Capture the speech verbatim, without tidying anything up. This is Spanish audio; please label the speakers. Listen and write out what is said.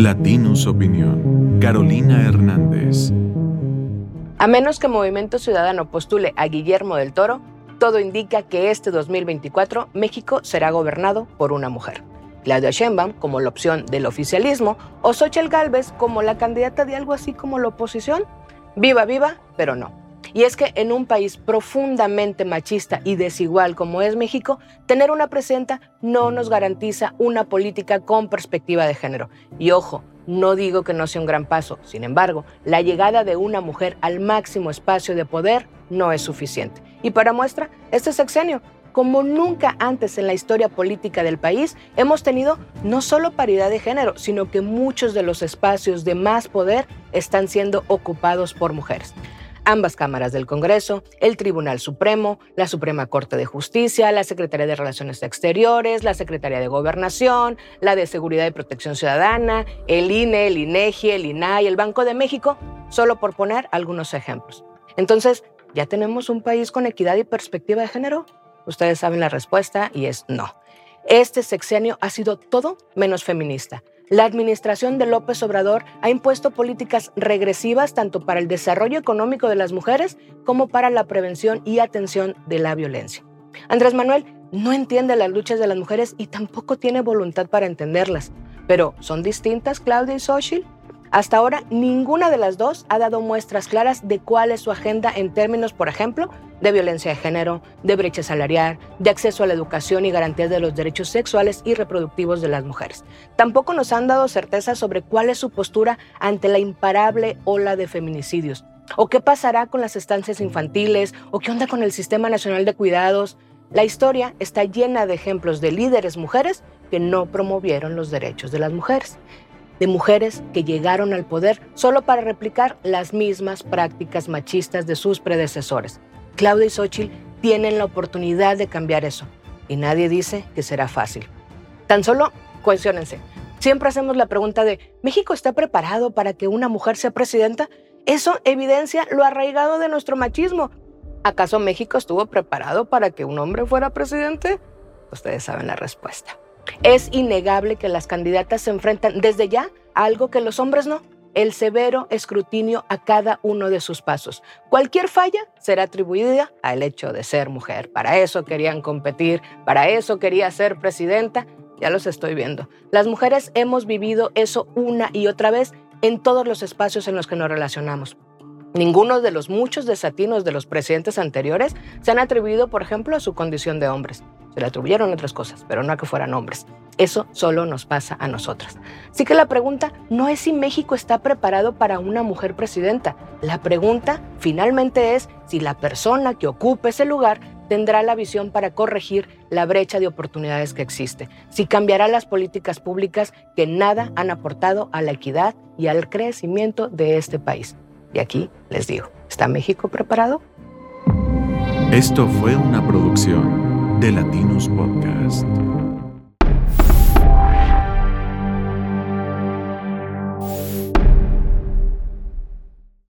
Speaker 1: Latinus Opinión. Carolina Hernández.
Speaker 2: A menos que Movimiento Ciudadano postule a Guillermo del Toro, todo indica que este dos mil veinticuatro México será gobernado por una mujer. Claudia Sheinbaum como la opción del oficialismo o Xóchitl Gálvez como la candidata de algo así como la oposición. Viva, viva, pero no. Y es que en un país profundamente machista y desigual como es México, tener una presidenta no nos garantiza una política con perspectiva de género. Y ojo, no digo que no sea un gran paso. Sin embargo, la llegada de una mujer al máximo espacio de poder no es suficiente. Y para muestra, este sexenio, como nunca antes en la historia política del país, hemos tenido no solo paridad de género, sino que muchos de los espacios de más poder están siendo ocupados por mujeres. Ambas cámaras del Congreso, el Tribunal Supremo, la Suprema Corte de Justicia, la Secretaría de Relaciones Exteriores, la Secretaría de Gobernación, la de Seguridad y Protección Ciudadana, el I N E, el INEGI, el I N A I, el Banco de México, solo por poner algunos ejemplos. Entonces, ¿ya tenemos un país con equidad y perspectiva de género? Ustedes saben la respuesta y es no. Este sexenio ha sido todo menos feminista. La administración de López Obrador ha impuesto políticas regresivas tanto para el desarrollo económico de las mujeres como para la prevención y atención de la violencia. Andrés Manuel no entiende las luchas de las mujeres y tampoco tiene voluntad para entenderlas. Pero, ¿son distintas Claudia y Xóchitl? Hasta ahora, ninguna de las dos ha dado muestras claras de cuál es su agenda en términos, por ejemplo, de violencia de género, de brecha salarial, de acceso a la educación y garantías de los derechos sexuales y reproductivos de las mujeres. Tampoco nos han dado certeza sobre cuál es su postura ante la imparable ola de feminicidios, o qué pasará con las estancias infantiles, o qué onda con el Sistema Nacional de Cuidados. La historia está llena de ejemplos de líderes mujeres que no promovieron los derechos de las mujeres. De mujeres que llegaron al poder solo para replicar las mismas prácticas machistas de sus predecesores. Claudia y Xóchitl tienen la oportunidad de cambiar eso, y nadie dice que será fácil. Tan solo cuestionense. Siempre hacemos la pregunta de, ¿México está preparado para que una mujer sea presidenta? Eso evidencia lo arraigado de nuestro machismo. ¿Acaso México estuvo preparado para que un hombre fuera presidente? Ustedes saben la respuesta. Es innegable que las candidatas se enfrentan desde ya a algo que los hombres no, el severo escrutinio a cada uno de sus pasos. Cualquier falla será atribuida al hecho de ser mujer. Para eso querían competir, para eso quería ser presidenta. Ya los estoy viendo. Las mujeres hemos vivido eso una y otra vez en todos los espacios en los que nos relacionamos. Ninguno de los muchos desatinos de los presidentes anteriores se han atribuido, por ejemplo, a su condición de hombres. Se le atribuyeron otras cosas, pero no a que fueran hombres. Eso solo nos pasa a nosotras. Así que la pregunta no es si México está preparado para una mujer presidenta. La pregunta finalmente es si la persona que ocupe ese lugar tendrá la visión para corregir la brecha de oportunidades que existe. Si cambiará las políticas públicas que nada han aportado a la equidad y al crecimiento de este país. Y aquí les digo, ¿está México preparado?
Speaker 1: Esto fue una producción de Latinus Podcast.